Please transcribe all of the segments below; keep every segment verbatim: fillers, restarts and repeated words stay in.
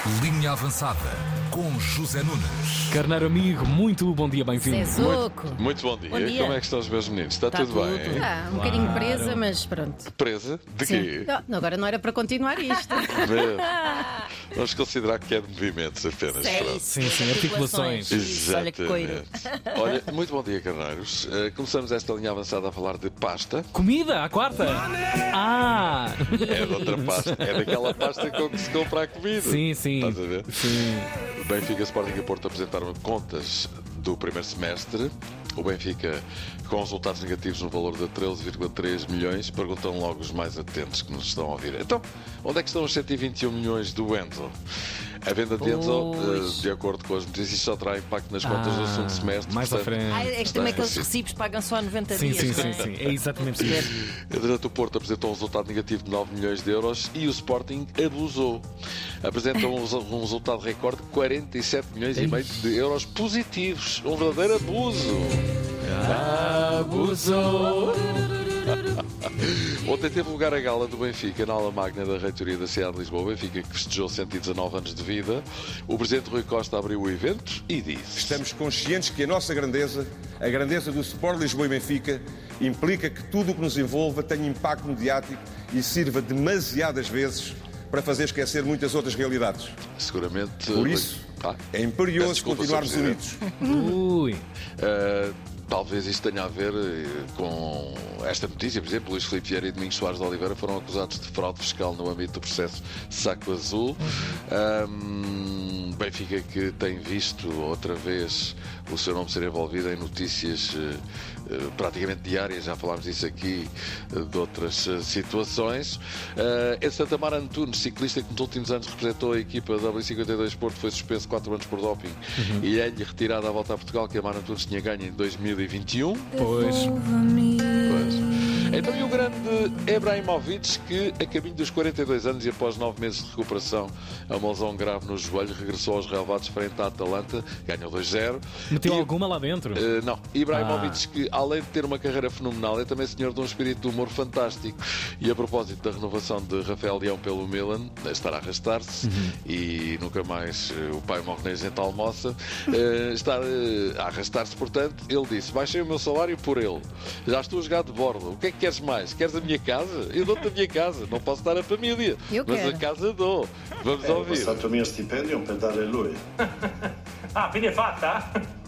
Linha Avançada com José Nunes. Carneiro amigo, muito bom dia, bem-vindo. Zé Zoco. Muito, muito bom dia. Bom dia. Como é que estão os meus meninos? Está, Está tudo, tudo bem? Ah, um bocadinho presa, mas pronto. Presa? De Sim. quê? Não, agora não era para continuar isto. Vê? Vamos considerar que é de movimentos apenas. Sei. Pronto. Sim, sim, articulações. Isso, olha que coiro. Exatamente. Olha, muito bom dia, carneiros. Uh, começamos esta linha avançada a falar de pasta. Comida, à quarta. Ah! É de outra pasta. É daquela pasta com que se compra a comida. Sim, sim. Estás a ver? Sim. Benfica, Sporting e Porto apresentaram contas do primeiro semestre. O Benfica com resultados negativos no valor de treze vírgula três milhões. Perguntam logo os mais atentos que nos estão a ouvir. Então, onde é que estão os cento e vinte e um milhões do Enzo? A venda de Enzo, Pois. de acordo com as notícias, só terá impacto nas contas Ah, do segundo semestre. mais à portanto, frente. Ah, é que também aqueles Sim. recibos pagam só a noventa Sim, dias. sim, não sim, é? sim. É exatamente isso. Entretanto, o Porto apresentou um resultado negativo de nove milhões de euros e o Sporting abusou. Apresenta um, um resultado recorde de quarenta e sete milhões e meio de euros positivos. Um verdadeiro abuso. Abusou. Ontem teve lugar a gala do Benfica na aula magna da reitoria da cidade de Lisboa. O Benfica que festejou cento e dezanove anos de vida. O presidente Rui Costa abriu o evento e disse: Estamos conscientes que a nossa grandeza, a grandeza do Sport Lisboa e Benfica, implica que tudo o que nos envolva tenha impacto mediático e sirva demasiadas vezes para fazer esquecer muitas outras realidades. seguramente. Por isso, Ah, é peço imperioso desculpa, continuarmos senhor Presidente. unidos. Ui. Uh, talvez isto tenha a ver eh, com esta notícia. Por exemplo, Luís Filipe Vieira e Domingos Soares de Oliveira foram acusados de fraude fiscal no âmbito do processo Saco Azul. Um, Benfica que tem visto outra vez o seu nome ser envolvido em notícias eh, eh, praticamente diárias, já falámos disso aqui, eh, de outras eh, situações. Uh, em Santa Mara Antunes, ciclista que nos últimos anos representou a equipa W cinquenta e dois Porto, foi suspenso quatro anos por doping e é-lhe retirada a volta a Portugal que a Mara Antunes tinha ganho em dois mil e vinte e um. Pois. Pois. Então, e o grande Ibrahimovic, que a caminho dos quarenta e dois anos e após nove meses de recuperação, a uma lesão grave no joelho, regressou aos relevados frente à Atalanta, ganhou dois zero. Meteu E- alguma lá dentro? Uh, não, Ibrahimovic, Ah. que além de ter uma carreira fenomenal, é também senhor de um espírito de humor fantástico. E a propósito da renovação de Rafael Leão pelo Milan, estará a arrastar-se e nunca mais uh, o pai morre nem a gente almoça. Uh, está uh, a arrastar-se, portanto, ele disse: baixei o meu salário por ele. Já estou a jogar de borla. O que é que queres mais? Queres a minha casa? Eu dou-te a minha casa. Não posso dar a família, Eu mas quero. a casa dou. Vamos Ho ouvir. passato il mio stipendio per dare a lui. Ah, quindi è fatta?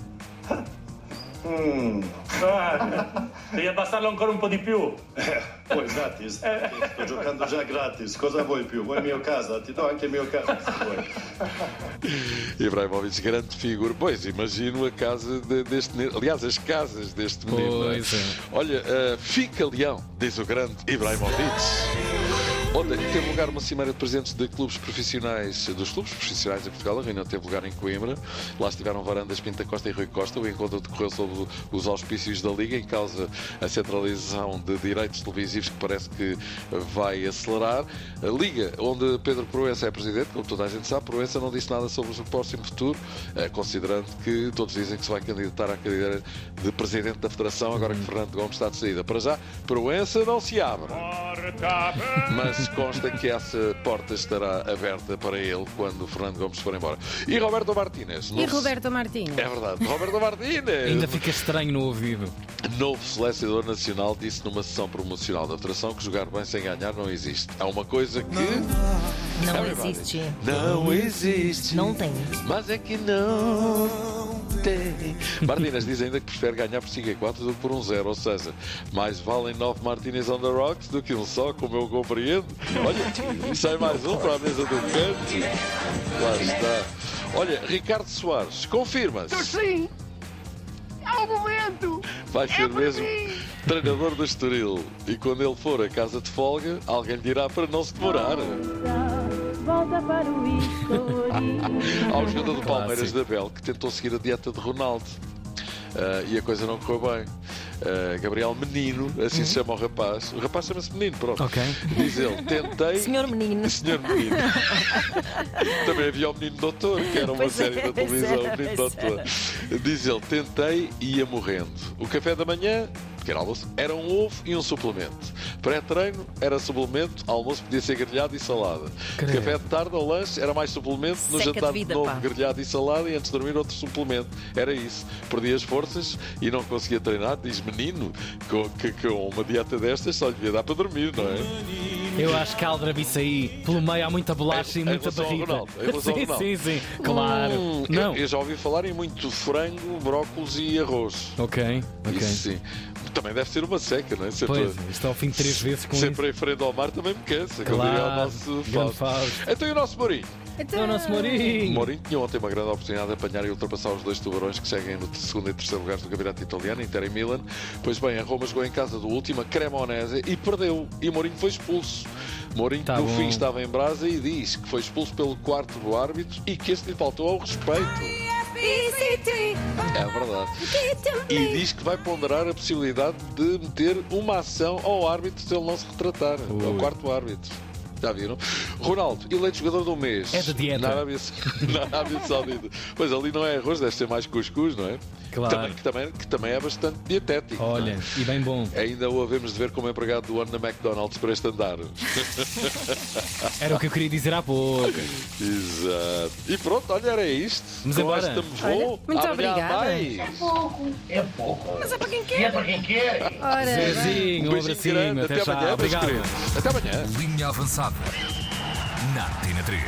Mm. Ah, devi abbassarlo ancora un po' di più. Eh, Poi gratis. Sto giocando già gratis. Cosa vuoi più? Vuoi il mio casa? Ti do anche il mio casa se vuoi. Ibrahimovic, grande figura. Pois, imagino a casa de- deste menino. Aliás, as casas deste menino. não é? Pois é. Olha, uh, fica leão, diz o grande Ibrahimovic. Ontem teve lugar uma cimeira de presidentes de clubes profissionais, dos clubes profissionais em Portugal. A reunião teve lugar em Coimbra. Lá estiveram Varandas, Pinta Costa e Rui Costa. O encontro decorreu sob os auspícios da Liga, em causa a centralização de direitos televisivos que parece que vai acelerar. A Liga, onde Pedro Proença é presidente, como toda a gente sabe, Proença não disse nada sobre o seu próximo futuro, eh, considerando que todos dizem que se vai candidatar à cadeira de presidente da Federação, agora que Fernando Gomes está de saída. Para já, Proença não se abre. Mas consta que essa porta estará aberta para ele quando o Fernando Gomes for embora. E Roberto Martínez. E novo- Roberto Martínez? É verdade. Roberto Martínez. Ainda fica estranho no ouvido. Novo selecionador nacional disse numa sessão promocional da Federação que jogar bem sem ganhar não existe. Há uma coisa que... Não Everybody. existe. Não existe. Não tem. Mas é que não tem. Martínez diz ainda que prefere ganhar por cinco a quatro do que por um zero. Ou seja, mais valem nove Martínez on the rocks do que um só, como eu compreendo. Olha, sai mais um para a mesa do canto. Lá está. Olha, Ricardo Soares, confirma-se. Sim! É o momento! Vai ser mesmo treinador do Estoril. E quando ele for a casa de folga, alguém lhe dirá para não se demorar. Volta para o Estoril. Há um jogador do Palmeiras Clássico. da Bel que tentou seguir a dieta de Ronaldo. Ah, e a coisa não correu bem. Ah, Gabriel Menino, assim se chama o rapaz. O rapaz chama-se Menino, pronto. Ok. Diz ele, tentei... Senhor menino. Senhor Menino. Também havia o Menino Doutor, que era uma Pois série é, da pois televisão, é, o Menino pois Doutor. Diz ele, tentei e ia morrendo. O café da manhã, pequeno almoço, era um ovo e um suplemento. Pré-treino era suplemento, almoço podia ser grelhado e salada. Creio. Café de tarde ou lanche era mais suplemento, no Seca de jantar vida, de novo pá. grelhado e salada e antes de dormir outro suplemento. Era isso. Perdi as forças e não conseguia treinar. Diz menino com, que com uma dieta destas só lhe devia dar para dormir, não é? Eu acho que a aldrabice aí, pelo meio há muita bolacha Em- e em muita relação ao barriga. Ronaldo, em relação ao Sim, Ronaldo. sim, sim. Claro. Hum, Não. Eu, eu já ouvi falar em muito frango, brócolis e arroz. Ok, ok. Isso sim. Também deve ser uma seca, não é? Sempre, Pois, isto ao fim de três vezes com sempre em frente ao mar também me cansa. como Claro, diria o nosso grande Fausto. Fausto. Então e o nosso Mourinho? isso. É o nosso Mourinho. O Mourinho tinha ontem uma grande oportunidade de apanhar e ultrapassar os dois tubarões que seguem no segundo e terceiro lugar do campeonato italiano, Inter e Milan. Pois bem, a Roma jogou em casa do último, a Cremonese, e perdeu. E Mourinho foi expulso. Mourinho, Tá no bom. fim, estava em brasa e diz que foi expulso pelo quarto do árbitro e que esse lhe faltou ao respeito. É verdade. E diz que vai ponderar a possibilidade de meter uma ação ao árbitro se ele não se retratar. Ao quarto árbitro. Já viram? Ronaldo, eleito jogador do mês. É de dieta. Na Arábia, na Arábia Saudita. Pois ali não é arroz, deve ser mais cuscuz, não é? Claro. Também, que, também, que também é bastante dietético. não é? Olha, e bem bom. Ainda o havemos de ver como empregado do ano na McDonald's para este andar. Era o que eu queria dizer há pouco. Exato. E pronto, olha, era isto. Vamos Com embora. esta me vou. Olha, muito Amanhã obrigada. mais. É pouco. Mas é para quem E quer. é para quem quer. Ora, bem. Zezinho, um beijinho abracinho. grande. Até Até já. amanhã, meus Obrigado. queridos. Até amanhã. Linha avançada. Na Antena três.